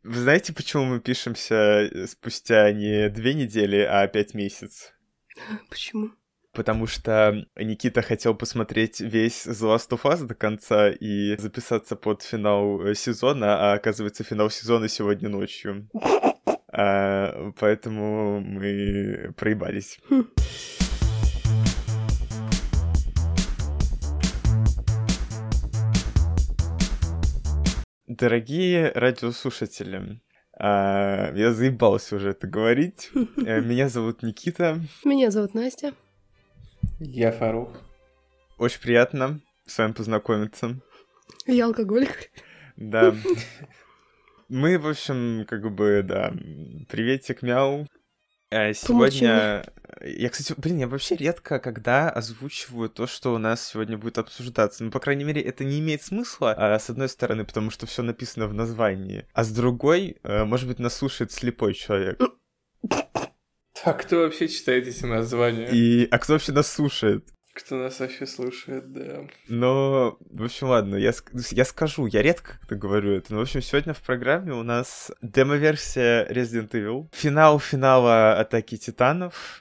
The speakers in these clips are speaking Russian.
Вы знаете, почему мы пишемся спустя не 2 недели, а 5 месяцев? Почему? Потому что Никита хотел посмотреть весь The Last of Us до конца и записаться под финал сезона, а оказывается, финал сезона сегодня ночью. Поэтому мы проебались. Дорогие радиослушатели, я заебался уже это говорить. Меня зовут Никита. Меня зовут Настя. Я Фарух. Очень приятно с вами познакомиться. Я алкоголик. Да. Мы, в общем, да, приветик, мяу. Сегодня... Я, кстати, я вообще редко, когда озвучиваю то, что у нас сегодня будет обсуждаться. Ну, по крайней мере, это не имеет смысла, с одной стороны, потому что все написано в названии, а с другой, может быть, нас слушает слепой человек. А кто вообще читает эти названия? А кто вообще нас слушает? Кто нас вообще слушает, да. Но, в общем, ладно, я скажу, я редко как-то говорю это, но, в общем, сегодня в программе у нас демо-версия Resident Evil, финал финала Атаки Титанов,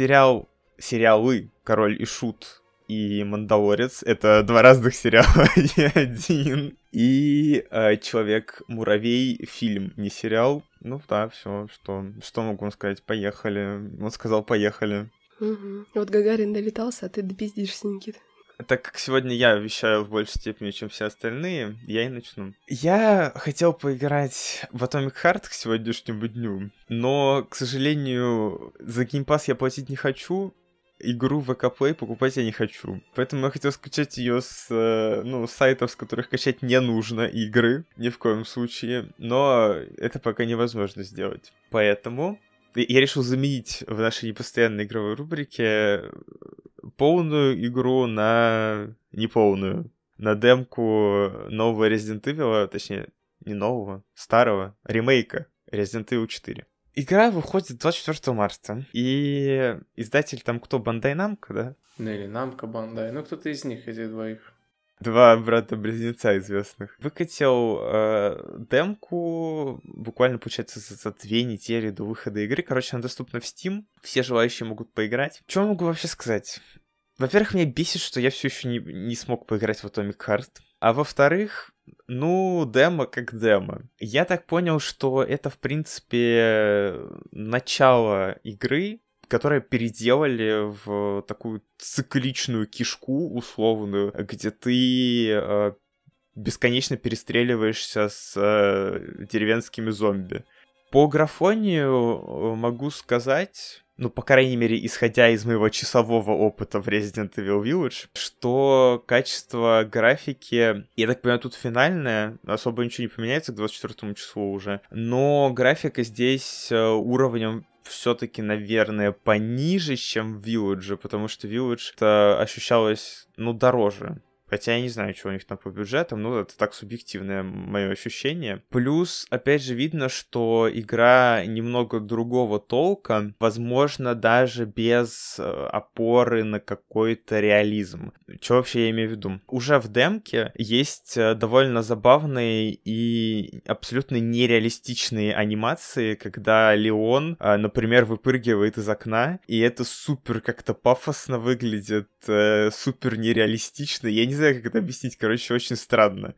сериалы Король и Шут и Мандалорец, это два разных сериала, не один, и Человек-муравей, фильм, не сериал. Ну да, все, что могу вам сказать, поехали, он сказал поехали. Угу. Вот Гагарин долетался, а ты допиздишься, Никита. Так как сегодня я вещаю в большей степени, чем все остальные, я и начну. Я хотел поиграть в Atomic Heart к сегодняшнему дню, но, к сожалению, за Game Pass я платить не хочу, игру в VK Play покупать я не хочу. Поэтому я хотел скачать ее с сайтов, с которых качать не нужно игры, ни в коем случае, но это пока невозможно сделать. Поэтому... Я решил заменить в нашей непостоянной игровой рубрике полную игру на неполную. На демку нового Resident Evil, точнее, не нового, старого, ремейка Resident Evil 4. Игра выходит 24 марта, и издатель там кто, Bandai Namco, да? Ну или Namco Bandai, ну кто-то из них, этих двоих. Два брата-близнеца известных. Выкатил демку буквально, получается, за 2 недели до выхода игры. Короче, она доступна в Steam. Все желающие могут поиграть. Что могу вообще сказать? Во-первых, меня бесит, что я все еще не смог поиграть в Atomic Heart. А во-вторых, демо как демо. Я так понял, что это, в принципе, начало игры, которые переделали в такую цикличную кишку условную, где ты бесконечно перестреливаешься с деревенскими зомби. По графонию могу сказать, по крайней мере, исходя из моего часового опыта в Resident Evil Village, что качество графики, я так понимаю, тут финальное, особо ничего не поменяется к 24 числу уже, но графика здесь уровнем все-таки, наверное, пониже, чем в Village, потому что Village ощущалось, дороже. Хотя я не знаю, что у них там по бюджетам, это так субъективное мое ощущение. Плюс, опять же, видно, что игра немного другого толка, возможно, даже без опоры на какой-то реализм. Что вообще я имею в виду? Уже в демке есть довольно забавные и абсолютно нереалистичные анимации, когда Леон, например, выпрыгивает из окна, и это супер как-то пафосно выглядит, супер нереалистично. Я не знаю, как это объяснить, короче, очень странно.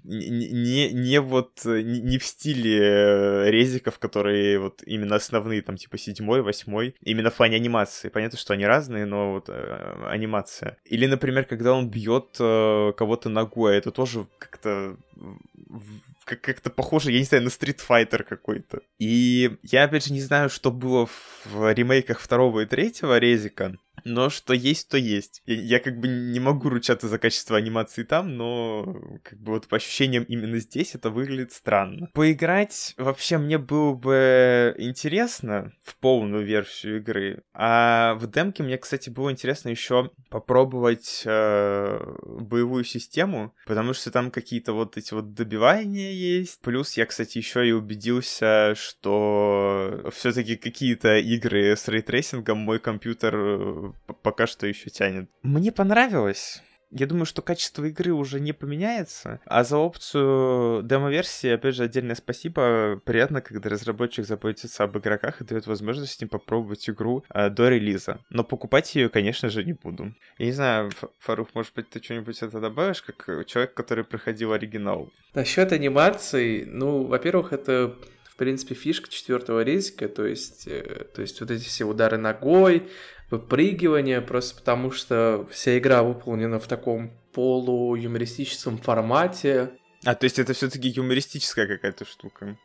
Не в стиле резиков, которые вот именно основные, там, типа 7-й, 8-й, именно в плане анимации. Понятно, что они разные, но вот анимация. Или, например, когда он бьет кого-то ногой, это тоже как-то похоже, я не знаю, на Street Fighter какой-то. И я, опять же, не знаю, что было в ремейках 2 и 3 резика, но что есть, то есть. Я как бы не могу ручаться за качество анимации там, но как бы вот по ощущениям именно здесь это выглядит странно. Поиграть вообще мне было бы интересно в полную версию игры, а в демке мне, кстати, было интересно еще попробовать боевую систему, потому что там какие-то вот эти вот добивания есть. Плюс я, кстати, еще и убедился, что все-таки какие-то игры с рейтрейсингом мой компьютер пока что еще тянет. Мне понравилось. Я думаю, что качество игры уже не поменяется, а за опцию демо-версии, опять же, отдельное спасибо. Приятно, когда разработчик заботится об игроках и дает возможность им попробовать игру до релиза. Но покупать ее, конечно же, не буду. Я не знаю, Фарух, может быть, ты что-нибудь это добавишь, как человек, который проходил оригинал? Насчет анимаций, ну, во-первых, это, в принципе, фишка 4-го резика, то есть вот эти все удары ногой, выпрыгивание, просто потому что вся игра выполнена в таком полуюмористическом формате. То есть это все-таки юмористическая какая-то штука?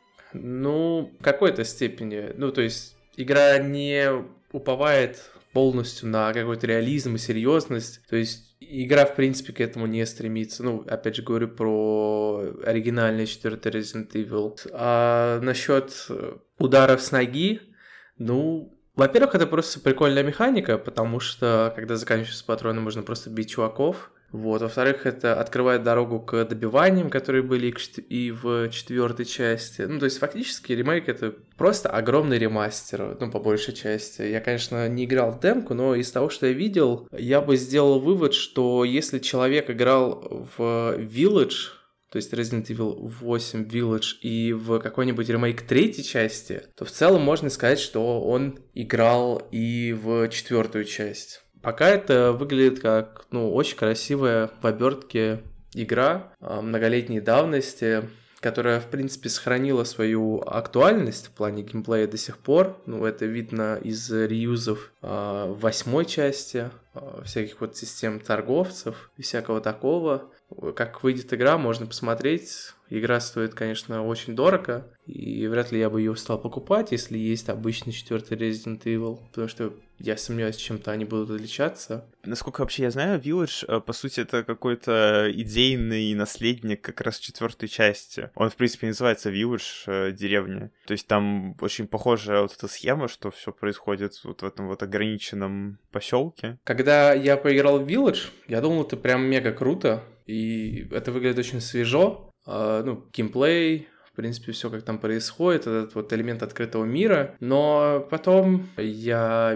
Ну, в какой-то степени. Ну, то есть игра не уповает полностью на какой-то реализм и серьезность. То есть игра, в принципе, к этому не стремится. Ну, опять же, говорю про оригинальный 4-й Resident Evil. А насчет ударов с ноги, ну, во-первых, это просто прикольная механика, потому что, когда заканчиваются патроны, можно просто бить чуваков. Вот. Во-вторых, это открывает дорогу к добиваниям, которые были и в 4-й части. Ну, то есть, фактически, ремейк — это просто огромный ремастер, ну, по большей части. Я, конечно, не играл в демку, но из того, что я видел, я бы сделал вывод, что если человек играл в Village, то есть Resident Evil 8 Village и в какой-нибудь ремейк 3-й части, то в целом можно сказать, что он играл и в 4-ю часть. Пока это выглядит как, ну, очень красивая в обертке игра многолетней давности, которая, в принципе, сохранила свою актуальность в плане геймплея до сих пор. Ну, это видно из реюзов 8-й части, всяких вот систем торговцев и всякого такого. Как выйдет игра, можно посмотреть. Игра стоит, конечно, очень дорого, и вряд ли я бы ее стал покупать, если есть обычный 4-й Resident Evil, потому что я сомневаюсь, чем-то они будут отличаться. Насколько вообще я знаю, Village, по сути, это какой-то идейный наследник как раз 4-й части. Он, в принципе, называется Village, деревня. То есть там очень похожая вот эта схема, что все происходит вот в этом вот ограниченном поселке. Когда я поиграл в Village, я думал, это прям мега круто, и это выглядит очень свежо. Ну, геймплей, в принципе, все как там происходит, этот вот элемент открытого мира. Но потом я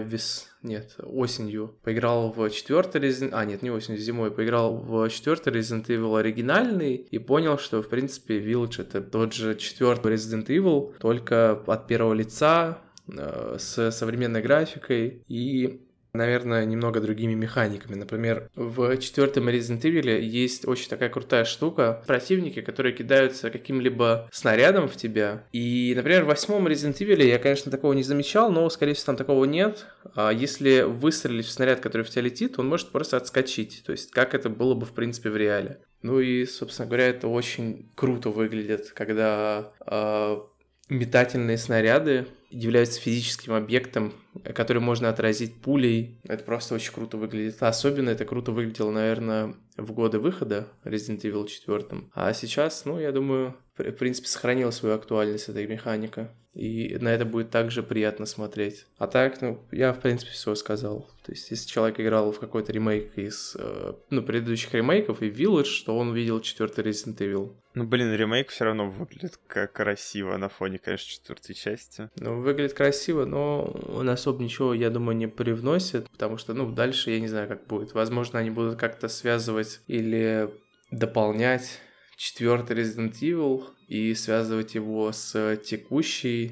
осенью поиграл в 4-й Resident... нет, не осенью, зимой поиграл в 4-й Resident Evil оригинальный и понял, что, в принципе, Village — это тот же 4-й Resident Evil, только от первого лица, с современной графикой и, наверное, немного другими механиками. Например, в 4-м Resident Evil есть очень такая крутая штука. Противники, которые кидаются каким-либо снарядом в тебя. И, например, в 8-м Resident Evil я, конечно, такого не замечал, но, скорее всего, там такого нет. Если выстрелить в снаряд, который в тебя летит, он может просто отскочить. То есть, как это было бы, в принципе, в реале. Ну и, собственно говоря, это очень круто выглядит, когда метательные снаряды являются физическим объектом, который можно отразить пулей. Это просто очень круто выглядит. Особенно это круто выглядело, наверное, в годы выхода Resident Evil 4. А сейчас, ну, я думаю, в принципе, сохранила свою актуальность эта механика. И на это будет также приятно смотреть. А так, ну, я, в принципе, все сказал. То есть, если человек играл в какой-то ремейк из, предыдущих ремейков и Village, то он увидел 4-й Resident Evil. Ну, блин, ремейк все равно выглядит как красиво на фоне, конечно, 4-й части. Ну, выглядит красиво, но он особо ничего, я думаю, не привносит, потому что, ну, дальше я не знаю, как будет. Возможно, они будут как-то связывать или дополнять 4-й Resident Evil и связывать его с текущей...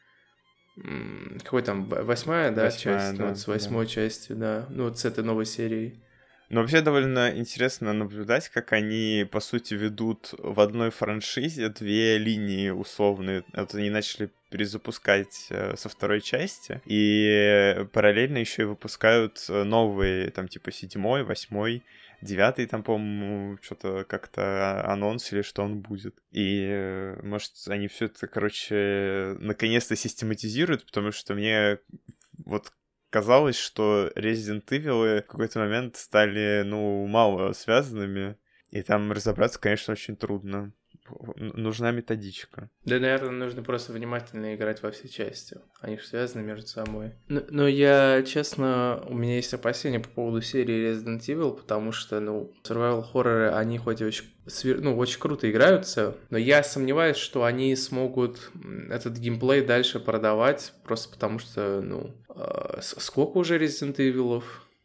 Какой там, 8-я, да, часть? Да, ну, с 8-й частью, да. Ну, вот с этой новой серией. Но вообще довольно интересно наблюдать, как они, по сути, ведут в одной франшизе две линии условные. Вот они начали перезапускать со 2-й части, и параллельно еще и выпускают новые, там, типа, 7-й, 8-й, 9-й, там, по-моему, что-то как-то анонс или что он будет. И, может, они все это, короче, наконец-то систематизируют, потому что мне вот казалось, что Resident Evil в какой-то момент стали, ну, мало связанными, и там разобраться, конечно, очень трудно. Нужна методичка. Да, наверное, нужно просто внимательно играть во все части. Они же связаны между собой. Но я, честно, у меня есть опасения по поводу серии Resident Evil, потому что, ну, survival хорроры, они хоть и очень круто играются, но я сомневаюсь, что они смогут этот геймплей дальше продавать, просто потому что, ну, сколько уже Resident Evil'ов?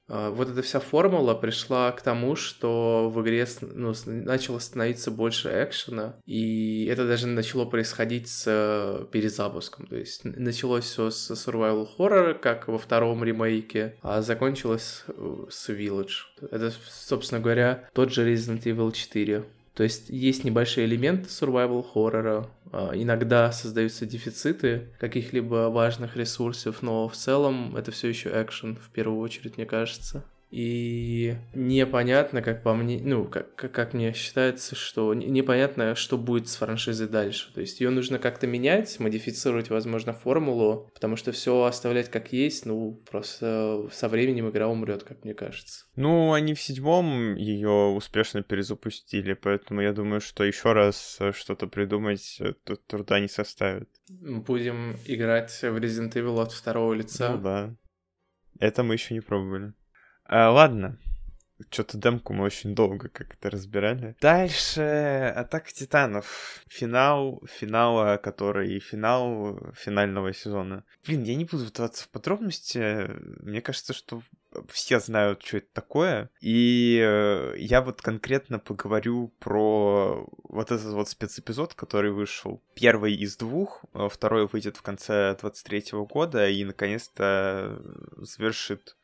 вот эта вся формула пришла к тому, что в игре начало становиться больше экшена, и это даже начало происходить с перезапуском. То есть началось все с survival horror, как во втором ремейке, а закончилось с Village. Это, собственно говоря, тот же Resident Evil 4. То есть есть небольшие элементы survival хоррора, иногда создаются дефициты каких-либо важных ресурсов, но в целом это все еще экшен, в первую очередь, мне кажется. И непонятно, как по мне, как мне считается, что непонятно, что будет с франшизой дальше. То есть ее нужно как-то менять, модифицировать, возможно, формулу, потому что все оставлять как есть, просто со временем игра умрет, как мне кажется. Они в 7 ее успешно перезапустили, поэтому я думаю, что еще раз что-то придумать тут труда не составит. Будем играть в Resident Evil от второго лица. Ну да. Это мы еще не пробовали. Ладно, что-то демку мы очень долго как-то разбирали. Дальше Атака Титанов. Финал финального сезона. Я не буду вдаваться в подробности. Мне кажется, что все знают, что это такое. И я вот конкретно поговорю про вот этот вот спецэпизод, который вышел. Первый из 2, второй выйдет в конце 23-го года и наконец-то завершит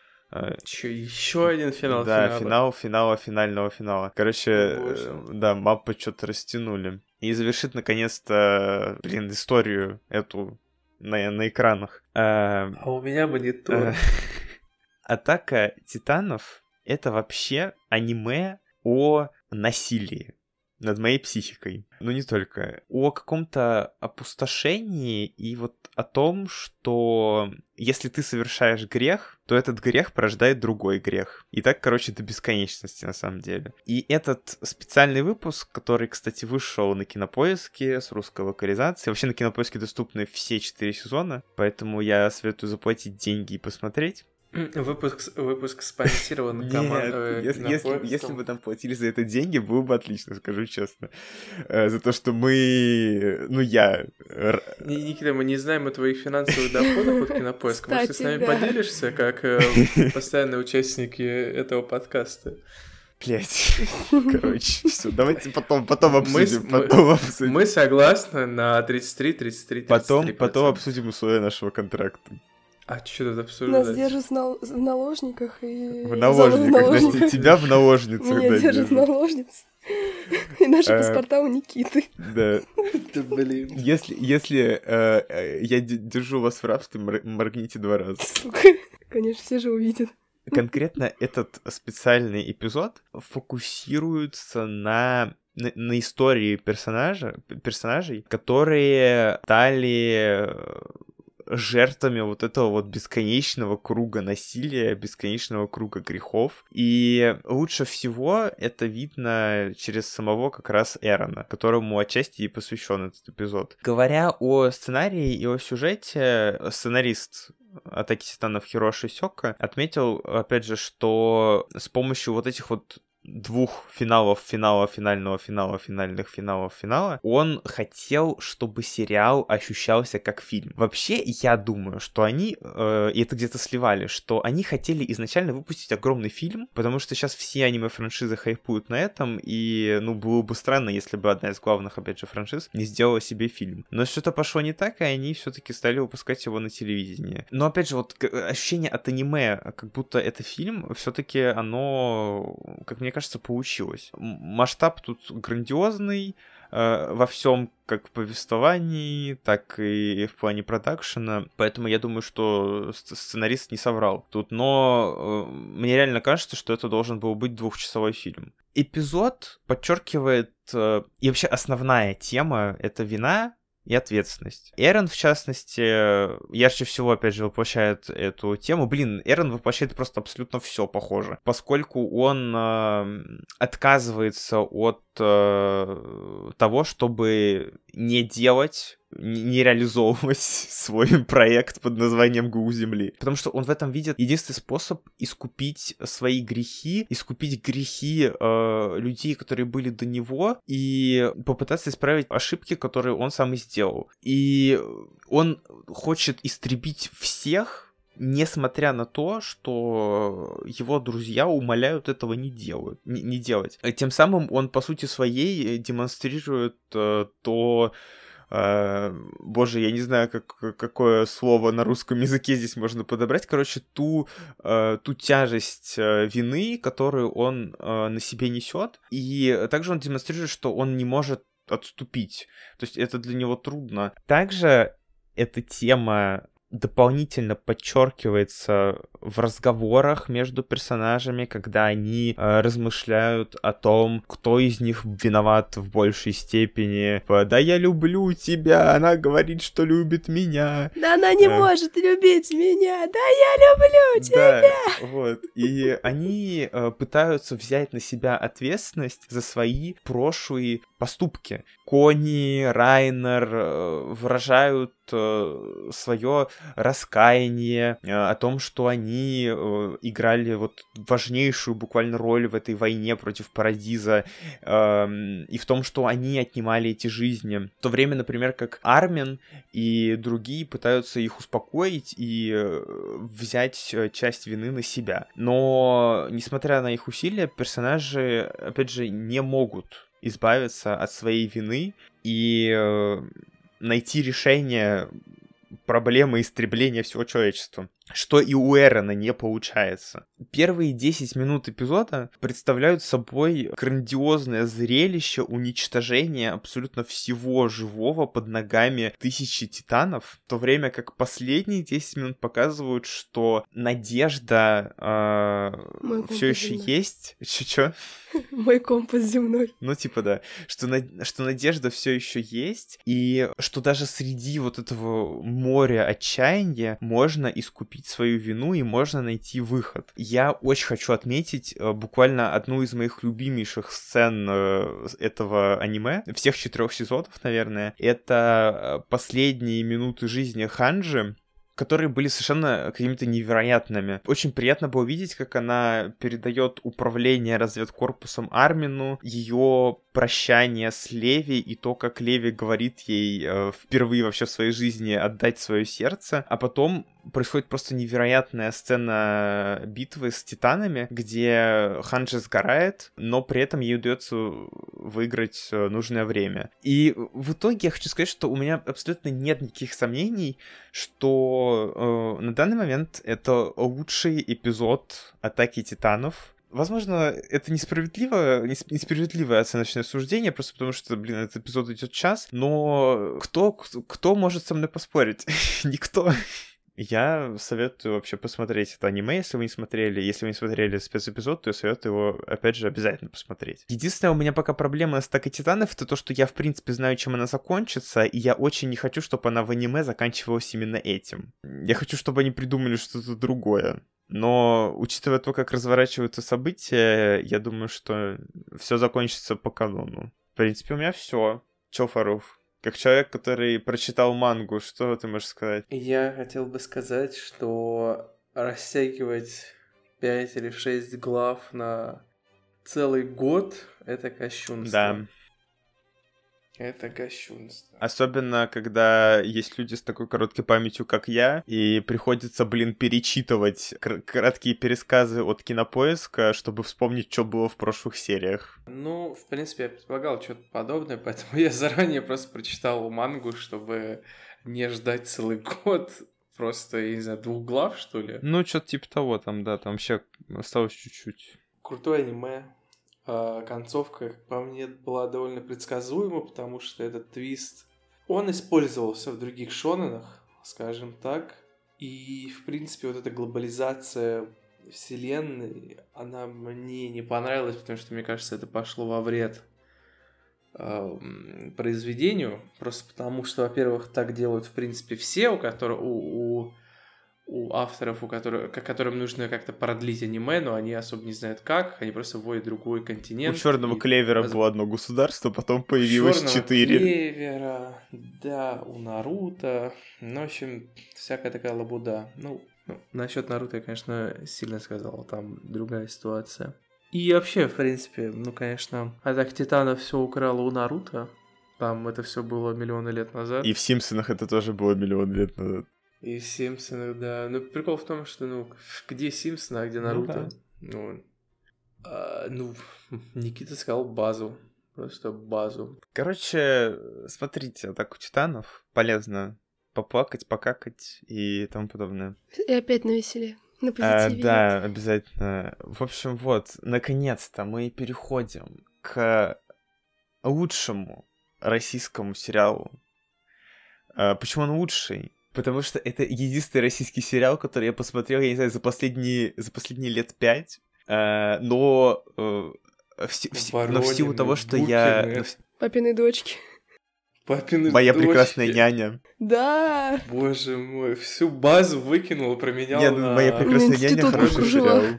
еще один финал. Да, финального финала. Короче, да, маппы что-то растянули. И завершит наконец-то, историю эту на экранах. А у меня монитор. Атака Титанов — это вообще аниме о насилии над моей психикой. Не только. О каком-то опустошении и вот о том, что если ты совершаешь грех, то этот грех порождает другой грех. И так, до бесконечности, на самом деле. И этот специальный выпуск, который, кстати, вышел на Кинопоиске с русской локализацией. Вообще на Кинопоиске доступны все 4 сезона, поэтому я советую заплатить деньги и посмотреть. Выпуск спонсирован командой. Если бы нам платили за это деньги, было бы отлично, скажу честно. За то, что мы... Никита, мы не знаем о твоих финансовых доходах от Кинопоиска. Может, ты с нами поделишься, как постоянные участники этого подкаста? Блять. Все, давайте потом обсудим. Мы согласны на 33. Потом обсудим условия нашего контракта. А что тут обсуждать? Нас держат в наложниках и... В наложниках. Тебя в наложницах. Меня держат в наложнице. И наши паспорта у Никиты. Да. Блин. Если я держу вас в рабстве, моргните 2 раза. Сука. Конечно, все же увидят. Конкретно этот специальный эпизод фокусируется на истории персонажей, которые стали жертвами вот этого вот бесконечного круга насилия, бесконечного круга грехов. И лучше всего это видно через самого как раз Эрона, которому отчасти и посвящен этот эпизод. Говоря о сценарии и о сюжете, сценарист Атаки Титанов Хироши Сёка отметил, опять же, что с помощью вот этих вот 2 финалов, финальных финала, он хотел, чтобы сериал ощущался как фильм. Вообще, я думаю, что они, и это где-то сливали, что они хотели изначально выпустить огромный фильм, потому что сейчас все аниме-франшизы хайпуют на этом, и, было бы странно, если бы одна из главных, опять же, франшиз не сделала себе фильм. Но что-то пошло не так, и они все-таки стали выпускать его на телевидении. Но, опять же, вот ощущение от аниме, как будто это фильм, все-таки оно, как мне кажется, получилось. Масштаб тут грандиозный во всем, как в повествовании, так и в плане продакшена. Поэтому я думаю, что сценарист не соврал тут. Но мне реально кажется, что это должен был быть 2-часовой фильм. Эпизод подчеркивает... И вообще основная тема — это вина и ответственность. Эрон, в частности, ярче всего, опять же, воплощает эту тему. Эрон воплощает просто абсолютно все похоже, поскольку он отказывается от того, чтобы не делать, не реализовывать свой проект под названием ГУ Земли. Потому что он в этом видит единственный способ искупить свои грехи, искупить грехи людей, которые были до него, и попытаться исправить ошибки, которые он сам и сделал. И он хочет истребить всех несмотря на то, что его друзья умоляют этого не делать. Тем самым он, по сути своей, демонстрирует то... Боже, я не знаю, какое слово на русском языке здесь можно подобрать. Короче, ту тяжесть вины, которую он на себе несет. И также он демонстрирует, что он не может отступить. То есть это для него трудно. Также эта тема дополнительно подчеркивается в разговорах между персонажами, когда они размышляют о том, кто из них виноват в большей степени. Да, я люблю тебя, она говорит, что любит меня. Да она не может любить меня, да, я люблю тебя. Да, вот. И они пытаются взять на себя ответственность за свои прошлые поступки. Кони, Райнер выражают свое раскаяние о том, что они играли вот важнейшую буквально роль в этой войне против Парадиза, и в том, что они отнимали эти жизни. В то время, например, как Армин и другие пытаются их успокоить и взять часть вины на себя. Но, несмотря на их усилия, персонажи, опять же, не могут избавиться от своей вины и найти решение проблемы истребления всего человечества, что и у Эрона не получается. Первые 10 минут эпизода представляют собой грандиозное зрелище уничтожения абсолютно всего живого под ногами тысячи титанов, в то время как последние 10 минут показывают, что надежда все еще есть. Чё? Мой компас земной. Ну, типа, да. Что надежда все еще есть, и что даже среди вот этого моря отчаяния можно искупить свою вину и можно найти выход. Я очень хочу отметить буквально одну из моих любимейших сцен этого аниме, всех 4 сезонов, наверное. Это последние минуты жизни Ханжи, которые были совершенно какими-то невероятными. Очень приятно было видеть, как она передает управление разведкорпусом Армину, ее прощание с Леви и то, как Леви говорит ей впервые вообще в своей жизни отдать свое сердце, а потом происходит просто невероятная сцена битвы с титанами, где Ханжи сгорает, но при этом ей удается выиграть нужное время. И в итоге я хочу сказать, что у меня абсолютно нет никаких сомнений, что на данный момент это лучший эпизод «Атаки титанов». Возможно, это несправедливое оценочное суждение, просто потому что, этот эпизод идет час, но кто может со мной поспорить? Никто. Я советую вообще посмотреть это аниме, если вы не смотрели. Если вы не смотрели спецэпизод, то я советую его, опять же, обязательно посмотреть. Единственная у меня пока проблема с «Атакой титанов» — это то, что я, в принципе, знаю, чем она закончится, и я очень не хочу, чтобы она в аниме заканчивалась именно этим. Я хочу, чтобы они придумали что-то другое. Но, учитывая то, как разворачиваются события, я думаю, что все закончится по канону. В принципе, у меня все. Чё, Фарух? Как человек, который прочитал мангу, что ты можешь сказать? Я хотел бы сказать, что растягивать 5 или 6 глав на целый год — это кощунство. Да. Это кощунство. Особенно, когда есть люди с такой короткой памятью, как я, и приходится, перечитывать краткие пересказы от Кинопоиска, чтобы вспомнить, что было в прошлых сериях. Ну, в принципе, я предполагал что-то подобное, поэтому я заранее просто прочитал мангу, чтобы не ждать целый год. Просто, я не знаю, 2 глав, что ли? Ну, что-то типа того, там вообще осталось чуть-чуть. Крутое аниме. Концовка, как по мне, была довольно предсказуема, потому что этот твист, он использовался в других шоненах, скажем так, и, в принципе, вот эта глобализация вселенной, она мне не понравилась, потому что, мне кажется, это пошло во вред произведению, просто потому что, во-первых, так делают, в принципе, все, у авторов, которым нужно как-то продлить аниме, но они особо не знают как, они просто вводят другой континент. У Черного Клевера было одно государство, потом появилось 4. Клевера, да, у Наруто, ну, в общем, всякая такая лабуда. Ну, насчет Наруто я, конечно, сильно сказал, там другая ситуация. И вообще, в принципе, конечно, Атака Титанов все украло у Наруто, там это все было миллионы лет назад. И в Симпсонах это тоже было миллион лет назад. И в Симпсонах, да. Ну, прикол в том, что, ну, где Симпсоны, а где Наруто? Ну, Никита сказал базу. Просто базу. Короче, смотрите, «Атаку титанов» полезно поплакать, покакать и тому подобное. И опять навеселе. На позитиве. Да, обязательно. В общем, вот, наконец-то мы переходим к лучшему российскому сериалу. Почему он лучший? Потому что это единственный российский сериал, который я посмотрел, я не знаю, за последние лет 5. Но в силу того, что я... Папины дочки. Папины Моя дочки. Прекрасная няня. Да. Боже мой, всю базу выкинул, променял Нет, на... Моя Прекрасная няня Институт хороший кружева. сериал.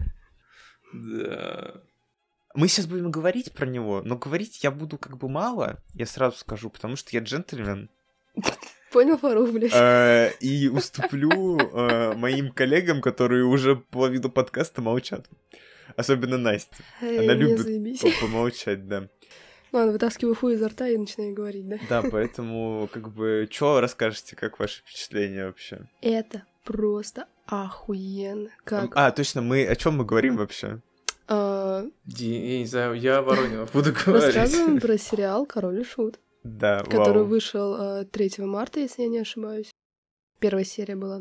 Да. Мы сейчас будем говорить про него, но говорить я буду как бы мало, я сразу скажу, потому что я джентльмен. Понял, Фарух, блядь? И уступлю моим коллегам, которые уже половину подкаста молчат. Особенно Настя. Она любит помолчать, да. Ладно, вытаскиваю хуй изо рта и начинаю говорить, да? Да, поэтому, как бы, что расскажете, как ваши впечатления вообще? Это просто охуенно. Как... Точно, о чем мы говорим вообще? Я не знаю, я Воронинов буду говорить. Рассказываем про сериал «Король и Шут». Да, который вышел 3 марта, если я не ошибаюсь. Первая серия была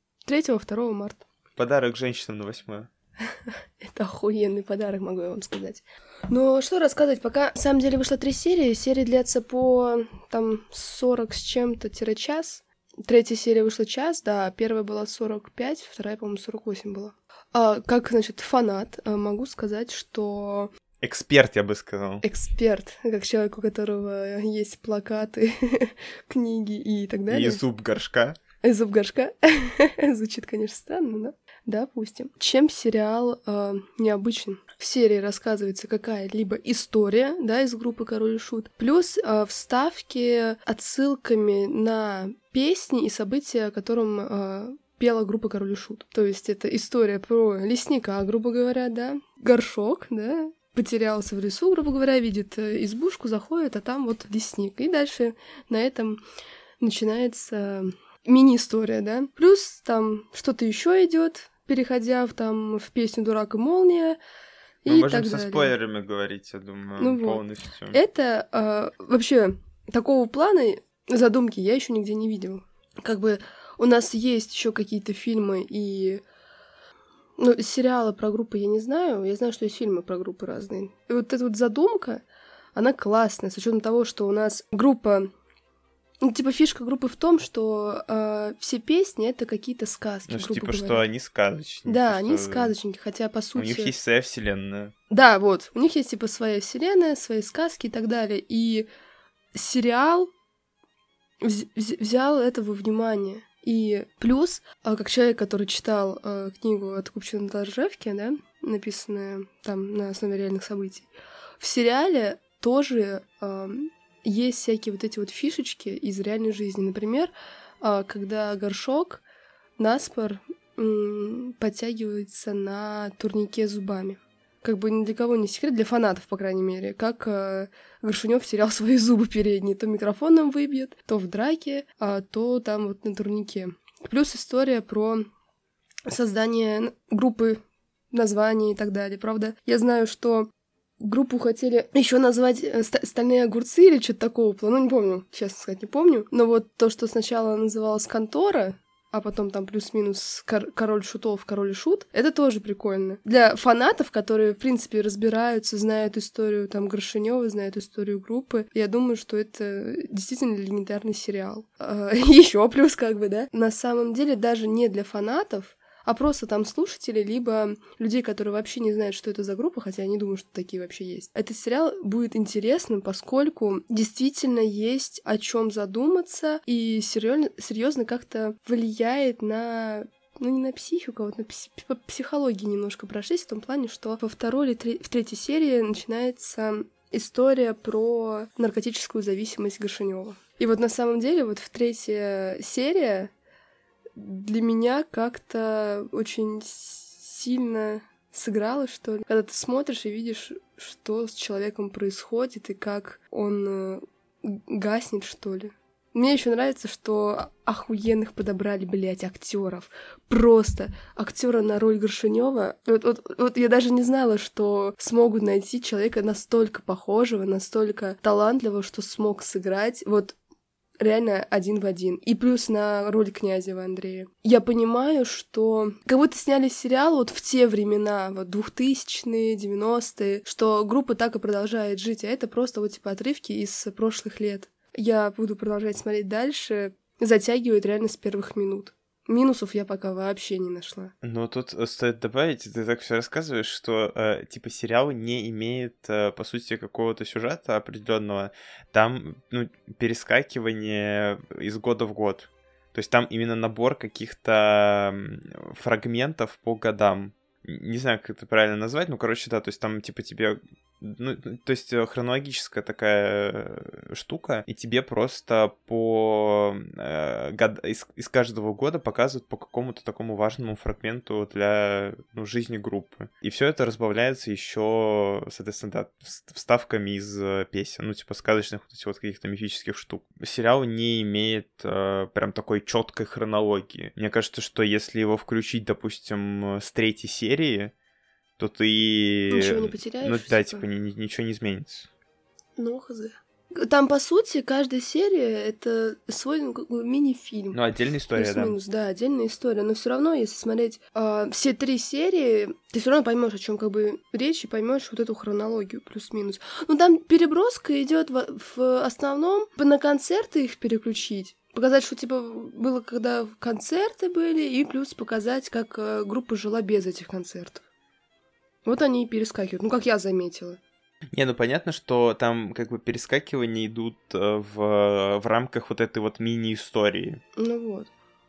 3-2 марта. Подарок женщинам на 8. Это охуенный подарок, могу я вам сказать. Но что рассказывать, пока на самом деле вышло 3 серии. Серии длятся по там 40 с чем-то час. 3-я серия вышла час, да, первая была 45, 2-я, по-моему, 48 была. Как, значит, фанат, могу сказать, что... Эксперт, я бы сказал. Эксперт, как человек, у которого есть плакаты, книги и так далее. И зуб горшка. И зуб горшка. Звучит, конечно, странно, но допустим. Чем сериал необычен? В серии рассказывается какая-либо история, да, из группы «Король и Шут», плюс вставки отсылками на песни и события, о котором пела группа «Король и Шут». То есть это история про лесника, грубо говоря, да, горшок, да, потерялся в лесу, грубо говоря, видит избушку, заходит, а там вот лесник. И дальше на этом начинается мини-история, да. Плюс там что-то еще идет, переходя в песню «Дурак и молния». Мы и можем так со далее. спойлерами говорить, я думаю, Ну полностью. Вот. Это вообще такого плана задумки я еще нигде не видела. Как бы у нас есть еще какие-то фильмы и... Ну, сериалы про группы я не знаю. Я знаю, что есть фильмы про группы разные. И вот эта вот задумка, она классная, с учетом того, что у нас группа... Ну, типа, фишка группы в том, что все песни — это какие-то сказки, Ну, грубо типа, говоря. что они сказочники. Да, они сказочники, хотя, по У сути... них есть своя вселенная. Да, вот. У них есть, типа, своя вселенная, свои сказки и так далее. И сериал взял это во внимание. И плюс, как человек, который читал книгу от Купчина Торжевки, да, написанную там на основе реальных событий, в сериале тоже есть всякие вот эти вот фишечки из реальной жизни. Например, когда горшок наспор подтягивается на турнике зубами. Как бы ни для кого не секрет, для фанатов, по крайней мере, как Горшунёв терял свои зубы передние. То микрофоном выбьет, то в драке, то там вот на турнике. Плюс история про создание группы, название и так далее. Правда, я знаю, что группу хотели еще назвать «Стальные огурцы» или что-то такого. Ну, не помню, честно сказать, не помню. Но вот то, что сначала называлось «Контора», а потом там плюс-минус «Король шутов», «Король и Шут», это тоже прикольно. Для фанатов, которые, в принципе, разбираются, знают историю там Горшунёва, знают историю группы, я думаю, что это действительно легендарный сериал. Еще плюс как бы, да. На самом деле даже не для фанатов, а просто там слушатели, либо людей, которые вообще не знают, что это за группа, хотя я не думаю, что такие вообще есть. Этот сериал будет интересным, поскольку действительно есть о чем задуматься и серьезно как-то влияет на... Ну, не на психику, а вот на по психологии немножко прошлись, в том плане, что во второй или в третьей серии начинается история про наркотическую зависимость Горшунёва. И вот на самом деле вот в третья серия для меня как-то очень сильно сыграло, что ли. Когда ты смотришь и видишь, что с человеком происходит, и как он гаснет, что ли. Мне еще нравится, что охуенных подобрали, блядь, актеров. Просто актера на роль Горшунева. Вот я даже не знала, что смогут найти человека настолько похожего, настолько талантливого, что смог сыграть. Вот реально один в один. И плюс на роль Князева Андрея. Я понимаю, что как будто сняли сериал вот в те времена, вот 2000-е, 90-е, что группа так и продолжает жить, а это просто вот типа отрывки из прошлых лет. Я буду продолжать смотреть дальше. Затягивает реально с первых минут. Минусов я пока вообще не нашла. Но тут стоит добавить, ты так все рассказываешь, что типа сериал не имеет, по сути, какого-то сюжета определенного. Там перескакивание из года в год. То есть там именно набор каких-то фрагментов по годам. Не знаю, как это правильно назвать, ну, короче, да, то есть там, типа, тебе... Ну, то есть хронологическая такая штука, и тебе просто из каждого года показывают по какому-то такому важному фрагменту для жизни группы. И все это разбавляется еще, соответственно, да, вставками из песен, ну, типа, сказочных вот этих вот каких-то мифических штук. Сериал не имеет прям такой четкой хронологии. Мне кажется, что если его включить, допустим, с 3-й серии, то ты... Ничего не потеряешь? Ну да, типа ничего не изменится. Ну, хз. Там, по сути, каждая серия — это свой мини-фильм. Ну, отдельная история, плюс-минус, да, отдельная история. Но все равно, если смотреть все 3 серии, ты все равно поймешь, о чем как бы речь, и поймешь вот эту хронологию плюс-минус. Ну, там переброска идет в основном на концерты их переключить. Показать, что, типа, было, когда концерты были, и плюс показать, как группа жила без этих концертов. Вот они и перескакивают, ну, как я заметила. Не, ну понятно, что там как бы перескакивания идут в рамках вот этой вот мини-истории. Ну вот.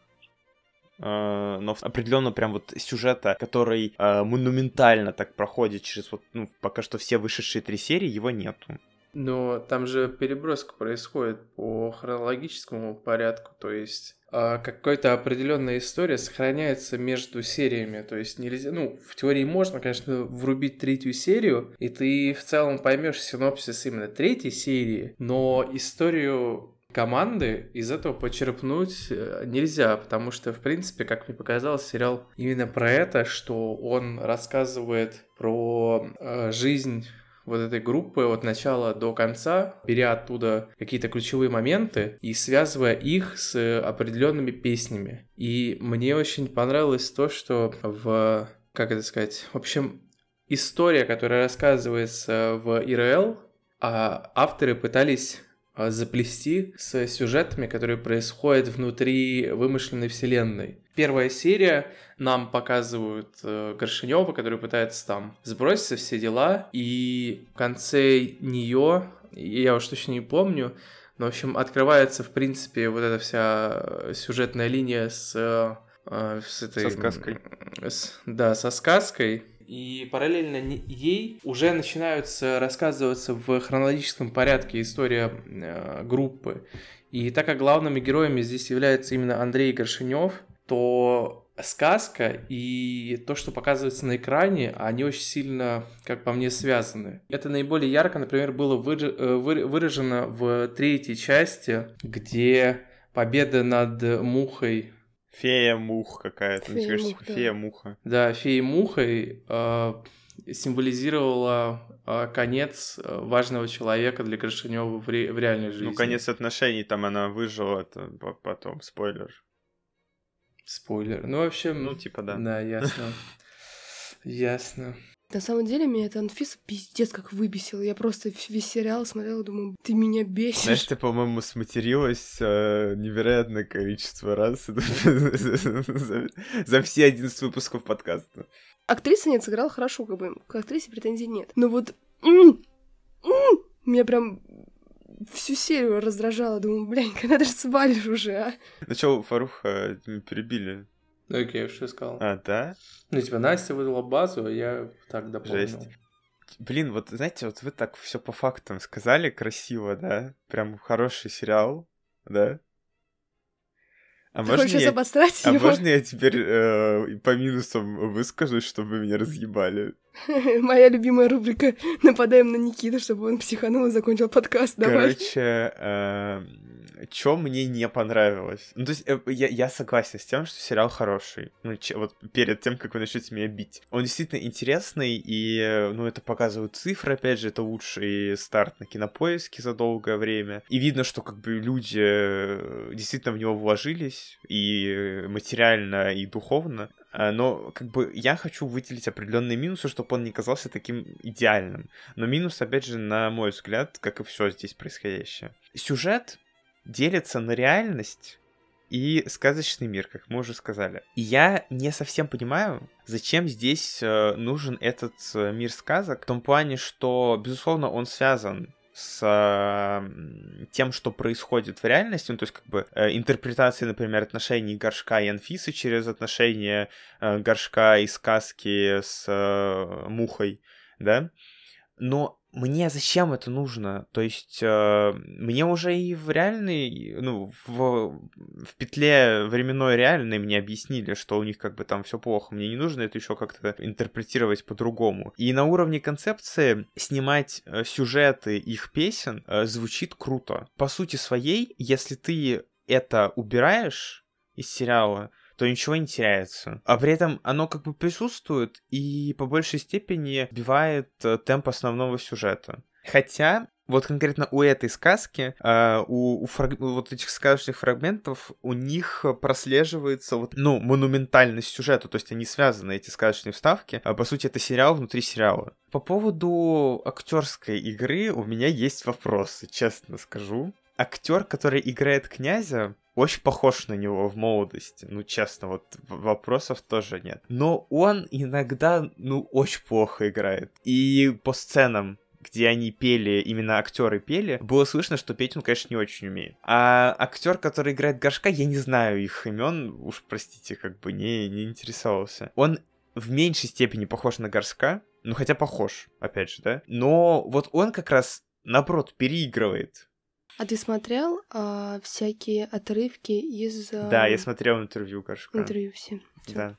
Но определенно прям вот сюжета, который монументально так проходит через вот, ну, пока что все вышедшие 3 серии, его нету. Но там же переброска происходит по хронологическому порядку, то есть какая-то определенная история сохраняется между сериями, то есть нельзя, ну, в теории можно, конечно, врубить 3-ю серию, и ты в целом поймешь синопсис именно 3-й серии, но историю команды из этого почерпнуть нельзя, потому что, в принципе, как мне показалось, сериал именно про это, что он рассказывает про жизнь вот этой группы от начала до конца, беря оттуда какие-то ключевые моменты и связывая их с определенными песнями. И мне очень понравилось то, что как это сказать, в общем, история, которая рассказывается в ИРЛ, авторы пытались заплести с сюжетами, которые происходят внутри вымышленной вселенной. Первая серия нам показывают Горшунёва, который пытается там сбросить все дела, и в конце нее, я уж точно не помню, но, в общем, открывается, в принципе, вот эта вся сюжетная линия с этой... Со сказкой. Со сказкой. И параллельно ей уже начинаются рассказываться в хронологическом порядке история группы. И так как главными героями здесь являются именно Андрей Горшунёв, то сказка и то, что показывается на экране, они очень сильно, как по мне, связаны. Это наиболее ярко, например, было выражено в 3-й части, где победа над мухой... Фея-мух какая-то. Фея-муха. Да, феей-мухой символизировала конец важного человека для Горшунёва в реальной жизни. Ну, конец отношений, там она выжила, это потом, спойлер. Спойлер. Ну, в общем... Ну, типа, да. Да, ясно. Ясно. На самом деле, меня эта Анфиса пиздец как выбесила. Я просто весь сериал смотрела, думаю, ты меня бесишь. Знаешь, ты, по-моему, сматерилась невероятное количество раз за все 11 выпусков подкаста. Актриса нет, сыграла хорошо, как бы. К актрисе претензий нет. Но вот... Меня прям всю серию раздражало. Думаю, блядь, когда ты же свалишь уже, а? Ну чё, Фаруха перебили? Окей, что я сказал. А, да? Ну, типа, Настя выдала базу, а я так дополнил. Жесть. Блин, вот, знаете, вот вы так все по фактам сказали красиво, да? Прям хороший сериал, да? Ты хочешь сейчас обосрать его? Можно я теперь по минусам выскажусь, чтобы меня разъебали? Моя любимая рубрика «Нападаем на Никиту», чтобы он психанул и закончил подкаст. Давай. Короче, Чё мне не понравилось? Ну, то есть, я согласен с тем, что сериал хороший. Ну, вот перед тем, как вы начнете меня бить. Он действительно интересный, и, ну, это показывают цифры, опять же, это лучший старт на Кинопоиске за долгое время. И видно, что, как бы, люди действительно в него вложились, и материально, и духовно. Но, как бы, я хочу выделить определенные минусы, чтобы он не казался таким идеальным. Но минус, опять же, на мой взгляд, как и все здесь происходящее. Сюжет делится на реальность и сказочный мир, как мы уже сказали. И я не совсем понимаю, зачем здесь нужен этот мир сказок, в том плане, что, безусловно, он связан с тем, что происходит в реальности, ну, то есть, как бы, интерпретация, например, отношений Горшка и Анфисы через отношения Горшка и сказки с Мухой, да, но мне зачем это нужно? То есть, мне уже и в реальной, ну, в петле временной реальной мне объяснили, что у них как бы там все плохо. Мне не нужно это еще как-то интерпретировать по-другому. И на уровне концепции снимать сюжеты их песен звучит круто. По сути своей, если ты это убираешь из сериала, то ничего не теряется. А при этом оно как бы присутствует и по большей степени сбивает темп основного сюжета. Хотя, вот конкретно у этой сказки, у вот этих сказочных фрагментов, у них прослеживается вот, ну, монументальность сюжета, то есть они связаны, эти сказочные вставки. По сути, это сериал внутри сериала. По поводу актерской игры у меня есть вопросы, честно скажу. Актер, который играет князя, очень похож на него в молодости. Ну, честно, вот вопросов тоже нет. Но он иногда, ну, очень плохо играет. И по сценам, где они пели, именно актеры пели, было слышно, что петь он, конечно, не очень умеет. А актер, который играет Горшка, я не знаю их имен, уж простите, как бы не интересовался. Он в меньшей степени похож на Горшка, ну, хотя похож, опять же, да. Но вот он как раз, наоборот, переигрывает. А ты смотрел всякие отрывки из... Да, я смотрел интервью Горшка. Интервью все. Да.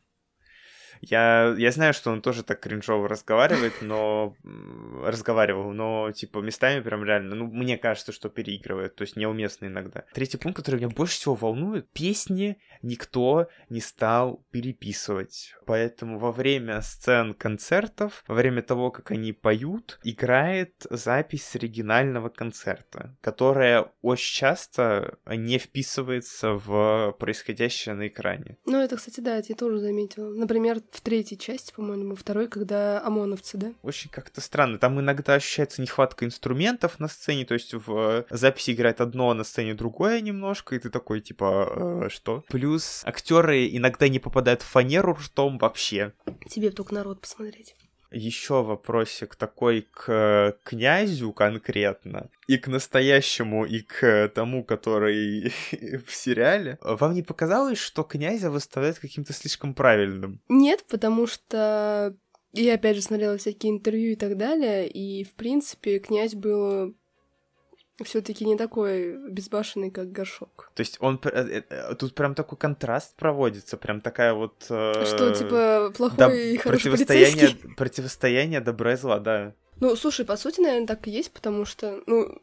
Я знаю, что он тоже так кринжово разговаривает, разговаривал, но, типа, местами прям реально, ну, мне кажется, что переигрывает, то есть неуместно иногда. Третий пункт, который меня больше всего волнует, песни никто не стал переписывать, поэтому во время сцен концертов, во время того, как они поют, играет запись с оригинального концерта, которая очень часто не вписывается в происходящее на экране. Ну, это, кстати, да, это я тоже заметила. Например, в третьей части, по-моему, второй, когда ОМОНовцы, да? Очень как-то странно. Там иногда ощущается нехватка инструментов на сцене, то есть в записи играет одно, а на сцене другое немножко, и ты такой, типа, что? Плюс актеры иногда не попадают в фанеру ртом вообще. Тебе только народ посмотреть. Еще вопросик такой к князю конкретно, и к настоящему, и к тому, который в сериале. Вам не показалось, что князя выставляют каким-то слишком правильным? Нет, потому что я опять же смотрела всякие интервью и так далее, и в принципе князь был все-таки не такой безбашенный, как Горшок. То есть он тут прям такой контраст проводится, прям такая вот... Что, типа, плохой и хороший полицейский? Противостояние добра и зла, да. Ну, слушай, по сути, наверное, так и есть, потому что, ну,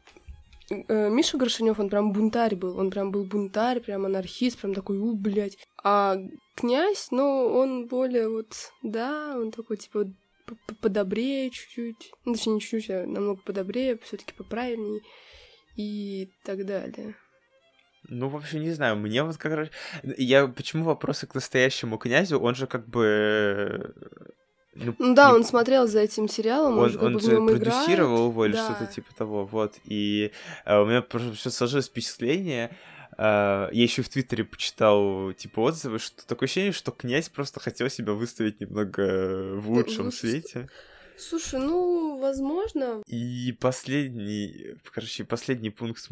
Миша Горшенёв, он прям бунтарь был, он прям был бунтарь, прям анархист, прям такой, блядь. А князь, ну, он более вот, да, он такой, типа, подобрее чуть-чуть, ну, точнее, не чуть-чуть, а намного подобрее, все-таки поправильнее. И так далее. Ну, вообще, не знаю, мне вот как раз... Почему вопросы к настоящему князю? Он же как бы... Ну да, он смотрел за этим сериалом, он же как бы в нем играет. Он продюсировал его или да. что-то типа того, вот. И у меня просто сложилось впечатление... Я еще в Твиттере почитал, типа, отзывы, что такое ощущение, что князь просто хотел себя выставить немного в лучшем свете. Слушай, ну, возможно. И последний пункт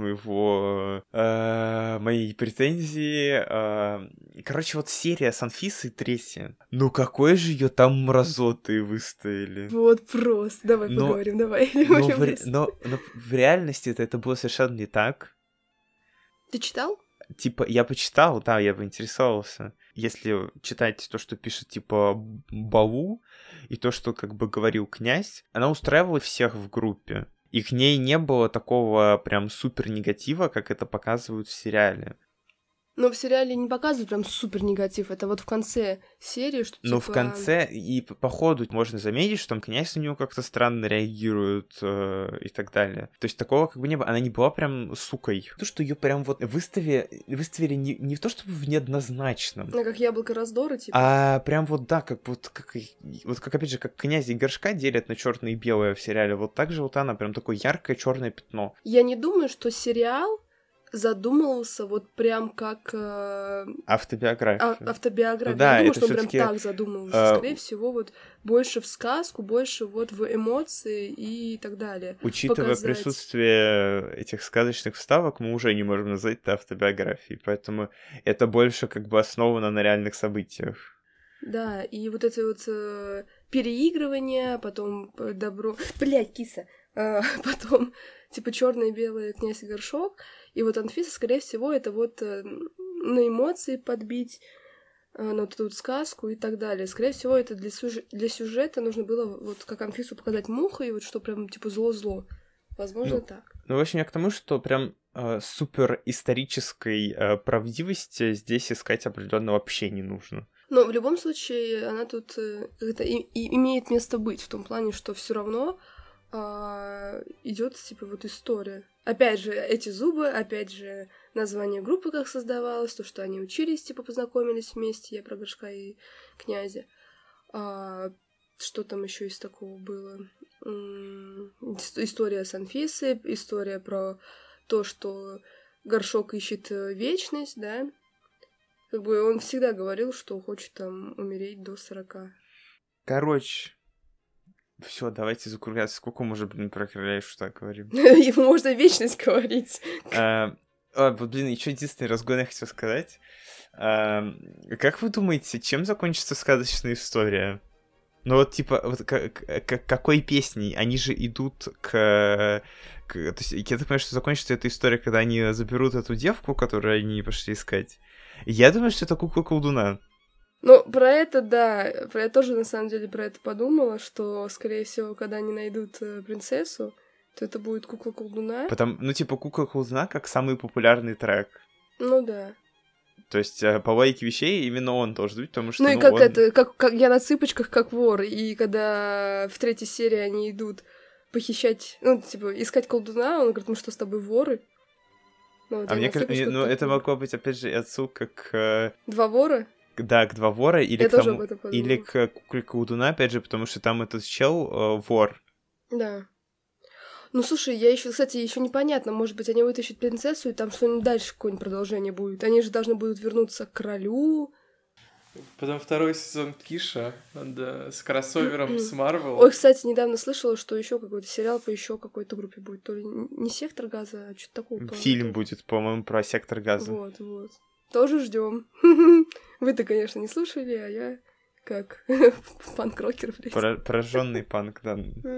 моей претензии. Короче, вот серия с Анфисой третья. Ну какой же ее там мразотой выставили. Вот просто. Давай поговорим, давай. Но в реальности это было совершенно не так. Ты читал? Типа, я почитал, да, я поинтересовался. Если читать то, что пишет, типа, Балу, и то, что, как бы, говорил князь, она устраивала всех в группе. И к ней не было такого прям супер негатива, как это показывают в сериале. Но в сериале не показывают прям супер негатив. Это вот в конце серии, что Но типа... в конце и по ходу можно заметить, что там князь на него как-то странно реагирует и так далее. То есть такого как бы не было. Она не была прям сукой. То, что ее прям вот выставили не в то, чтобы в неоднозначном. Ну, как яблоко раздора, типа. А прям вот, да, как опять же, как князя и горшка делят на черное и белое в сериале, вот так же вот она, прям такое яркое черное пятно. Я не думаю, что сериал задумывался вот прям как... Автобиография. Автобиография. Да, я думаю, это что он прям всё-таки, так задумывался. Скорее всего, вот больше в сказку, больше вот в эмоции и так далее. Учитывая присутствие этих сказочных вставок, мы уже не можем назвать это автобиографией, поэтому это больше как бы основано на реальных событиях. Да, и вот это вот переигрывание, потом добро... Блядь, киса! Потом, типа, черное и белое князь и горшок. И вот Анфиса, скорее всего, это вот на эмоции подбить, на вот эту вот сказку и так далее. Скорее всего, это для сюжета нужно было вот как Анфису показать мухой, и вот что прям, типа, зло-зло. Возможно, так. Ну, в общем, я к тому, что прям супер исторической правдивости здесь искать определенно вообще не нужно. Но в любом случае, она тут имеет место быть, в том плане, что все равно идет типа вот история. Опять же, эти зубы, опять же, название группы как создавалось, то, что они учились, типа, познакомились вместе, я про горшка и князя. Что там еще из такого было? История с Анфисой, история про то, что горшок ищет вечность, да? Как бы он всегда говорил, что хочет там умереть до 40. Короче, все, давайте закругляться. Сколько мы уже, про короля что говорим? Ему можно вечность говорить. Еще единственный разгон я хотел сказать. Как вы думаете, чем закончится сказочная история? Ну вот, типа, вот какой песней? Они же идут то есть, я так понимаю, что закончится эта история, когда они заберут эту девку, которую они пошли искать. Я думаю, что это кукла-колдуна. Ну, про это, да. Я тоже, на самом деле, про это подумала, что, скорее всего, когда они найдут принцессу, то это будет кукла-колдуна. Кукла-колдуна как самый популярный трек. Ну, да. То есть, по логике вещей, именно он должен быть, потому что, и как я на цыпочках, как вор, и когда в 3-й серии они идут похищать, искать колдуна, он говорит, ну что с тобой, воры? Мне кажется, это могло быть, опять же, отсылка к... 2 вора? Да, к 2 вора, или или к кукле колдуна, опять же, потому что там этот чел вор. Да. Ну, слушай, я еще, кстати, еще непонятно, может быть, они вытащат принцессу, и там что-нибудь дальше какое-нибудь продолжение будет. Они же должны будут вернуться к королю. Потом 2-й сезон Киша, да, с кроссовером с Марвел. Ой, кстати, недавно слышала, что еще какой-то сериал по еще какой-то группе будет. То ли не «Сектор газа», а что-то такое. Фильм будет, по-моему, про «Сектор газа». Вот. Тоже ждем. Вы-то, конечно, не слушали, а я как панк-рокер, блядь. Пораженный панк, да.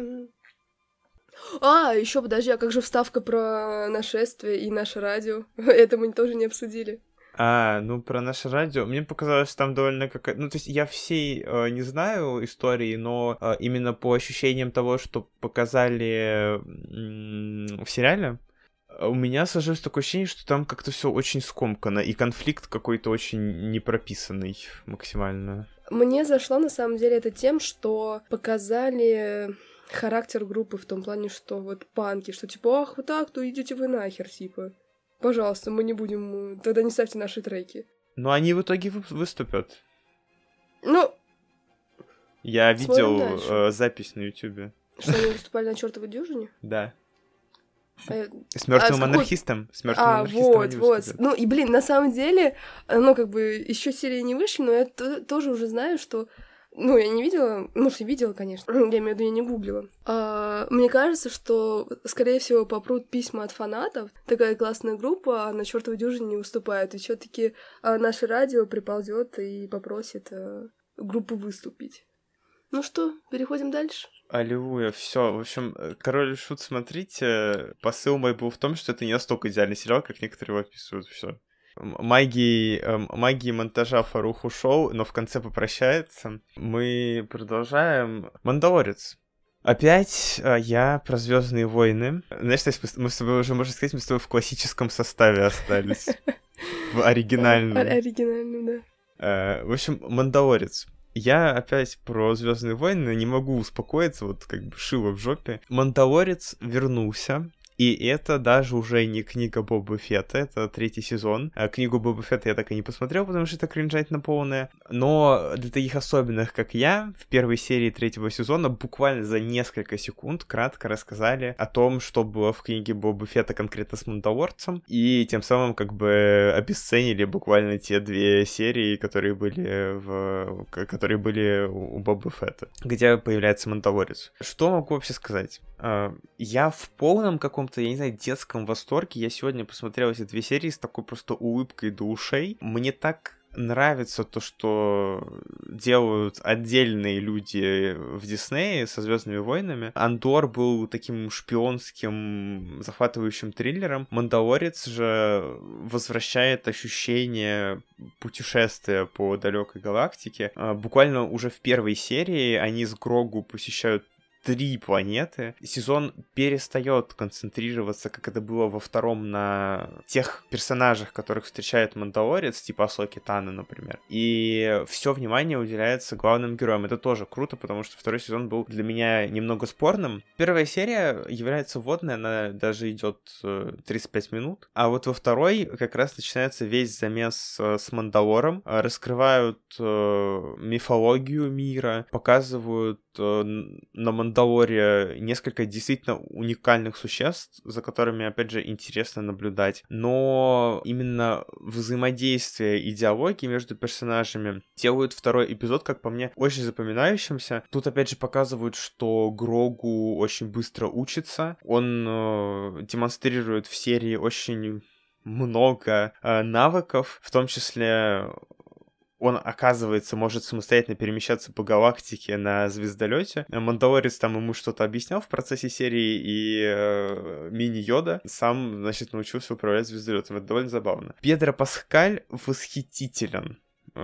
Еще подожди, а как же вставка про нашествие и наше радио? Это мы тоже не обсудили. Про наше радио. Мне показалось, что там довольно какая-то... Ну, то есть я всей не знаю истории, но именно по ощущениям того, что показали в сериале, у меня сложилось такое ощущение, что там как-то все очень скомкано, и конфликт какой-то очень непрописанный максимально. Мне зашло, на самом деле, это тем, что показали характер группы в том плане, что вот панки, что типа, ах, вот так, то идите вы нахер, типа. Пожалуйста, мы не будем... Тогда не ставьте наши треки. Но они в итоге выступят. Ну... Я видел запись на Ютубе. Что они выступали на чёртовой дюжине? Да. С мертвым анархистом. С мертвым анархистом. Вот. Ну и, блин, на самом деле, еще серии не вышли, но я тоже уже знаю, что... Ну, я не видела, может, и видела, конечно. Я имею в виду, я не гуглила. Мне кажется, что, скорее всего, попрут письма от фанатов. Такая классная группа, а на чёртовой дюжине не выступает. И всё-таки наше радио приползет и попросит группу выступить. Ну что, переходим дальше? Аллилуйя, все. В общем, «Король и Шут», смотрите. Посыл мой был в том, что это не настолько идеальный сериал, как некоторые его описывают. Все. Магии монтажа Фарух ушел, но в конце попрощается. Мы продолжаем. «Мандалорец». Опять я про Звездные войны. Знаешь, то есть мы с тобой уже, можно сказать, мы с тобой в классическом составе остались. В оригинальном. Оригинальном, да. В общем, «Мандалорец». Я опять про Звездные войны не могу успокоиться, вот как бы шило в жопе. «Мандалорец» вернулся. И это даже уже не книга Боба Фетта, это 3-й сезон. Книгу Боба Фетта я так и не посмотрел, потому что это кринжатина полная. Но для таких особенных, как я, в первой серии 3-го сезона буквально за несколько секунд кратко рассказали о том, что было в книге Боба Фетта конкретно с Мандалорцем, и тем самым как бы обесценили буквально те 2 серии, которые были у Боба Фетта, где появляется Мандалорец. Что могу вообще сказать? Я в полном каком-то, я не знаю, детском восторге. Я сегодня посмотрел эти 2 серии с такой просто улыбкой до ушей. Мне так нравится то, что делают отдельные люди в Диснее со «Звездными войнами». «Андор» был таким шпионским, захватывающим триллером. «Мандалорец» же возвращает ощущение путешествия по далекой галактике. Буквально уже в первой серии они с Грогу посещают 3 планеты. Сезон перестает концентрироваться, как это было во втором, на тех персонажах, которых встречает Мандалорец, типа Асоки Тано, например. И все внимание уделяется главным героям. Это тоже круто, потому что второй сезон был для меня немного спорным. Первая серия является вводной, она даже идет 35 минут. А вот во второй как раз начинается весь замес с Мандалором. Раскрывают мифологию мира, показывают на Мандалоре несколько действительно уникальных существ, за которыми, опять же, интересно наблюдать. Но именно взаимодействие и диалоги между персонажами делают второй эпизод, как по мне, очень запоминающимся. Тут, опять же, показывают, что Грогу очень быстро учится. Он демонстрирует в серии очень много навыков, в том числе он, оказывается, может самостоятельно перемещаться по галактике на звездолете. Мандалорец там ему что-то объяснял в процессе серии, и Мини-Йода сам, значит, научился управлять звездолетом. Это довольно забавно. Педро Паскаль восхитителен.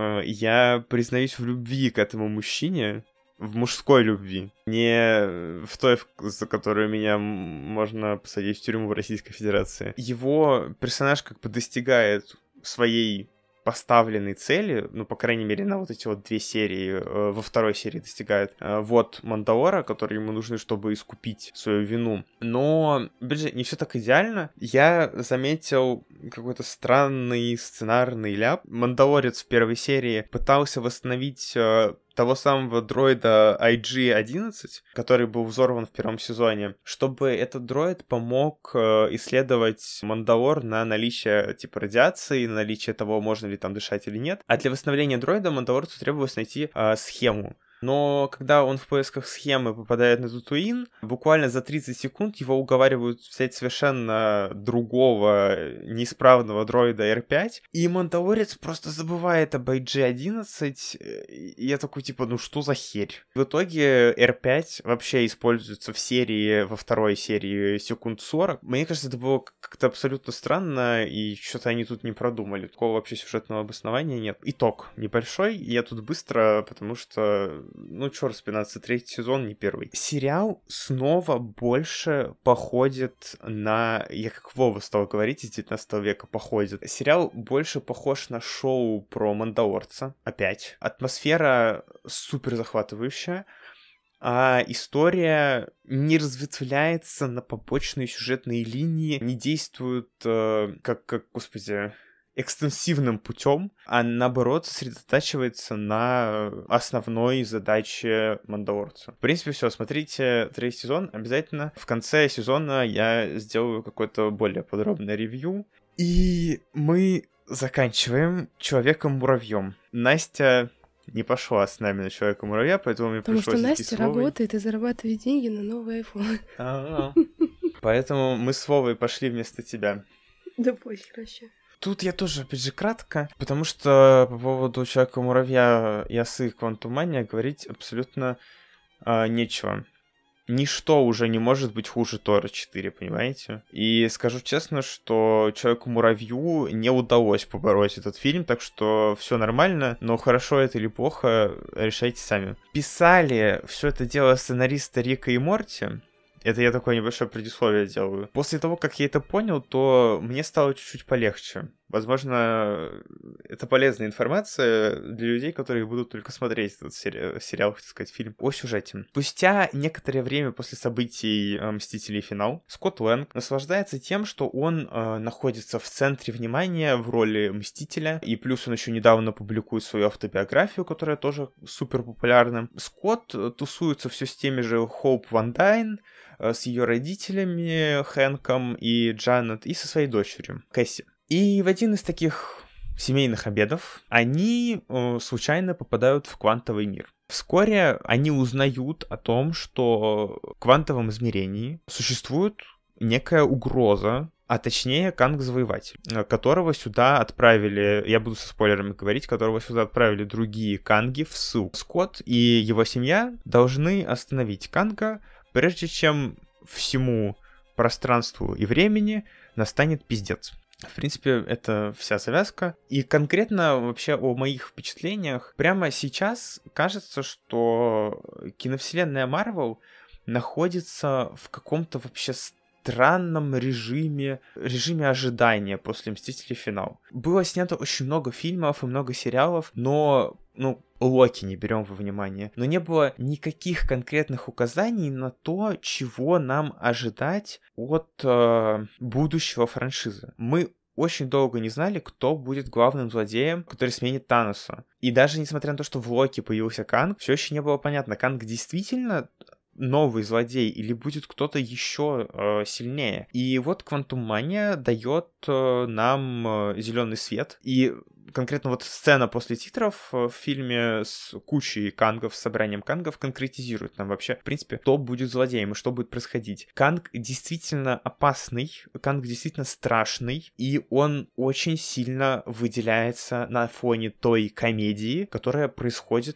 Я признаюсь в любви к этому мужчине, в мужской любви. Не в той, за которую меня можно посадить в тюрьму в Российской Федерации. Его персонаж как бы достигает своей поставленной цели, ну, по крайней мере, на вот эти вот 2 серии, во второй серии достигает вот Мандалора, которые ему нужны, чтобы искупить свою вину. Но, опять же, не все так идеально. Я заметил какой-то странный сценарный ляп. Мандалорец в первой серии пытался восстановить того самого дроида IG-11, который был взорван в первом сезоне, чтобы этот дроид помог исследовать Мандалор на наличие типа радиации, на наличие того, можно ли там дышать или нет. А для восстановления дроида Мандалорцу требовалось найти схему. Но когда он в поисках схемы попадает на Татуин, буквально за 30 секунд его уговаривают взять совершенно другого неисправного дроида R5, и Мандалорец просто забывает об IG-11, и я такой, типа, ну что за херь? В итоге R5 вообще используется в серии, во второй серии секунд 40. Мне кажется, это было как-то абсолютно странно, и что-то они тут не продумали. Такого вообще сюжетного обоснования нет. Итог небольшой, я тут быстро, потому что ну, чё распинаться, 3-й сезон, не 1-й. Сериал снова больше походит на... Я как Вова стал говорить, из 19 века походит. Сериал больше похож на шоу про Мандалорца. Опять. Атмосфера супер захватывающая. А история не разветвляется на побочные сюжетные линии, не действует господи... экстенсивным путем, а наоборот сосредотачивается на основной задаче Мандалорца. В принципе, все. Смотрите 3-й сезон обязательно. В конце сезона я сделаю какое-то более подробное ревью. И мы заканчиваем Человеком-муравьем. Настя не пошла с нами на Человека-муравья, поэтому мне пришлось идти с Вовой. Потому что Настя работает и зарабатывает деньги на новый iPhone. Поэтому мы с Вовой пошли вместо тебя. Да похер вообще. Тут я тоже, опять же, кратко, потому что по поводу Человека-муравья и осы Квантумания говорить абсолютно нечего. ничто уже не может быть хуже Тора 4, понимаете? И скажу честно, что Человеку-муравью не удалось побороть этот фильм, так что все нормально, но хорошо это или плохо, решайте сами. Писали все это дело сценаристы Рика и Морти. Это я такое небольшое предисловие делаю. После того, как я это понял, то мне стало чуть-чуть полегче. Возможно, это полезная информация для людей, которые будут только смотреть этот сериал, хотел сказать, фильм о сюжете. Спустя некоторое время после событий «Мстителей. Финал» Скотт Лэнг наслаждается тем, что он находится в центре внимания в роли Мстителя, и плюс он еще недавно публикует свою автобиографию, которая тоже супер популярна. Скотт тусуется все с теми же Хоуп Ван Дайн, с ее родителями Хэнком и Джанет, и со своей дочерью Кэсси. И в один из таких семейных обедов они случайно попадают в квантовый мир. Вскоре они узнают о том, что в квантовом измерении существует некая угроза, а точнее Канг-завоеватель, которого сюда отправили, я буду со спойлерами говорить, которого сюда отправили другие Канги в ссылку. Скотт и его семья должны остановить Канга, прежде чем всему пространству и времени настанет пиздец. В принципе, это вся завязка. И конкретно вообще о моих впечатлениях. Прямо сейчас кажется, что киновселенная Marvel находится в каком-то вообще странном режиме ожидания после «Мстителей. Финал». Было снято очень много фильмов и много сериалов, но, Локи не берем во внимание, но не было никаких конкретных указаний на то, чего нам ожидать от будущего франшизы. Мы очень долго не знали, кто будет главным злодеем, который сменит Таноса. И даже несмотря на то, что в Локи появился Канг, все еще не было понятно, Канг действительно новый злодей или будет кто-то еще сильнее. И вот Квантум-мания дает нам зеленый свет. И конкретно вот сцена после титров в фильме с кучей кангов, с собранием кангов конкретизирует нам вообще, в принципе, кто будет злодеем и что будет происходить. Канг действительно опасный, Канг действительно страшный, и он очень сильно выделяется на фоне той комедии, которая происходит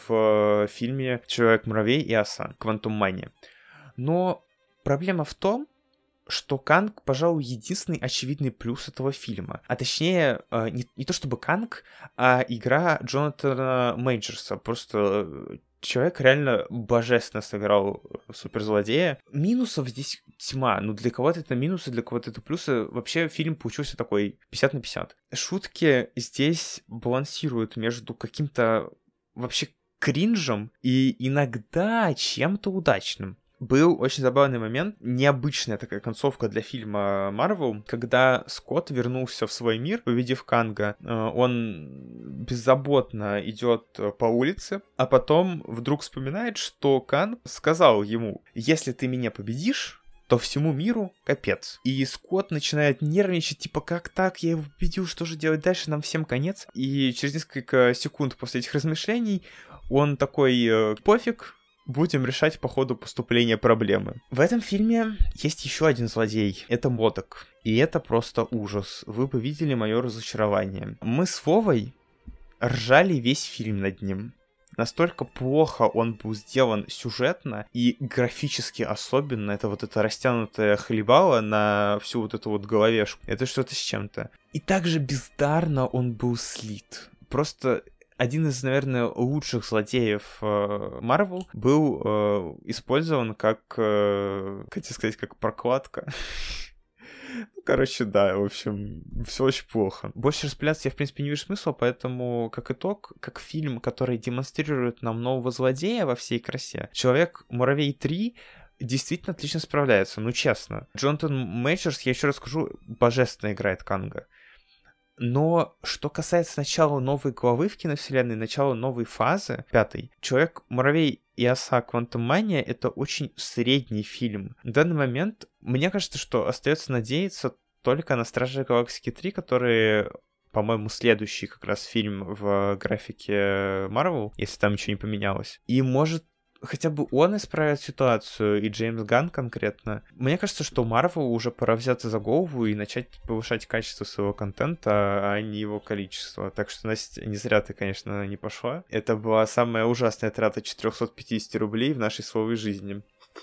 в фильме «Человек-муравей и оса», «Квантум-мания». Но проблема в том, что Канг, пожалуй, единственный очевидный плюс этого фильма. А точнее, не то чтобы Канг, а игра Джонатана Мейджерса. Просто человек реально божественно сыграл суперзлодея. Минусов здесь тьма. Для кого-то это минусы, для кого-то это плюсы. Вообще фильм получился такой 50/50. Шутки здесь балансируют между каким-то вообще кринжем и иногда чем-то удачным. Был очень забавный момент, необычная такая концовка для фильма Marvel, когда Скотт вернулся в свой мир, увидев Канга. Он беззаботно идет по улице, а потом вдруг вспоминает, что Канг сказал ему: «Если ты меня победишь, то всему миру капец». И Скотт начинает нервничать, типа, как так, я его победил, что же делать дальше, нам всем конец. И через несколько секунд после этих размышлений он такой: пофиг, будем решать по ходу поступления проблемы. В этом фильме есть еще один злодей. Это MODOK. И это просто ужас. Вы бы видели мое разочарование. Мы с Вовой ржали весь фильм над ним. Настолько плохо он был сделан сюжетно и графически особенно. Это вот это растянутое хлебало на всю вот эту вот головешку. Это что-то с чем-то. И также бездарно он был слит. Просто один из, наверное, лучших злодеев Marvel был использован как, хотел сказать, как прокладка. Короче, да, в общем, все очень плохо. Больше распыляться я, в принципе, не вижу смысла, поэтому, как итог, как фильм, который демонстрирует нам нового злодея во всей красе, «Человек-муравей 3» действительно отлично справляется, честно. Джонатан Мейджерс, я еще раз скажу, божественно играет Канга. Но что касается начала новой главы в киновселенной, начала новой фазы, 5-й, «Человек-муравей и оса. Квантум-мания» — это очень средний фильм. В данный момент, мне кажется, что остается надеяться только на «Стражи Галактики 3», которые, по-моему, следующий как раз фильм в графике Marvel, если там ничего не поменялось. И может хотя бы он исправит ситуацию, и Джеймс Ганн конкретно. Мне кажется, что Marvel уже пора взяться за голову и начать повышать качество своего контента, а не его количество. Так что, Настя, не зря ты, конечно, не пошла. Это была самая ужасная трата 450 рублей в нашей словой жизни.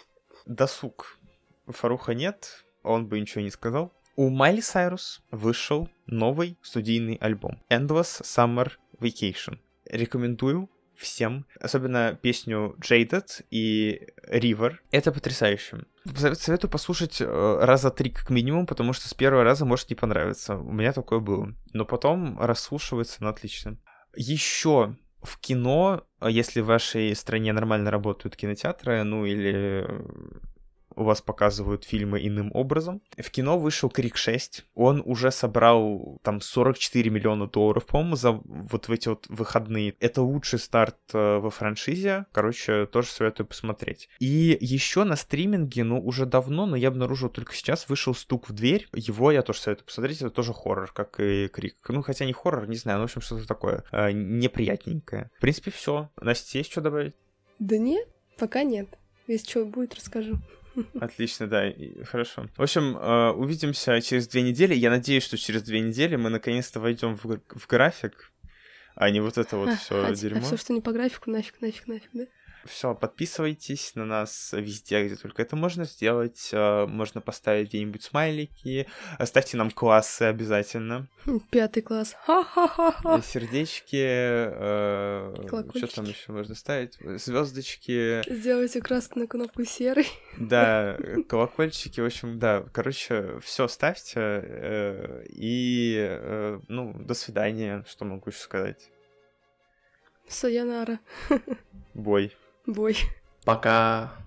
Досуг. Фаруха нет, он бы ничего не сказал. У Майли Сайрус вышел новый студийный альбом Endless Summer Vacation. Рекомендую всем, особенно песню Jaded и River. Это потрясающе. Советую послушать раза 3 как минимум, потому что с первого раза может не понравиться. У меня такое было. Но потом расслушивается, ну, отлично. Еще в кино, если в вашей стране нормально работают кинотеатры, ну или у вас показывают фильмы иным образом. В кино вышел «Крик 6». Он уже собрал там $44 миллиона, по-моему, за вот в эти вот выходные. Это лучший старт во франшизе. Короче, тоже советую посмотреть. И еще на стриминге, ну, уже давно, но я обнаружил только сейчас, вышел «Стук в дверь». Его я тоже советую посмотреть. Это тоже хоррор, как и «Крик». Ну, хотя не хоррор, не знаю, ну, в общем, что-то такое неприятненькое. В принципе, все. Настя, есть что добавить? Да нет, пока нет. Если что будет, расскажу. Отлично, да, хорошо. В общем, увидимся через 2 недели. Я надеюсь, что через 2 недели мы наконец-то войдем в график, а не вот это вот все дерьмо. А все, что не по графику, нафиг, да? Все, подписывайтесь на нас везде, где только это можно сделать. Можно поставить где-нибудь смайлики. Ставьте нам классы обязательно. 5 класс. Ха-ха-ха-ха. Сердечки. Что там еще можно ставить? Звездочки. Сделайте красную кнопку серой. Да, колокольчики, в общем, да. Короче, все ставьте. И, ну, до свидания. Что могу еще сказать? Сайонара. Бой. Бой. Пока.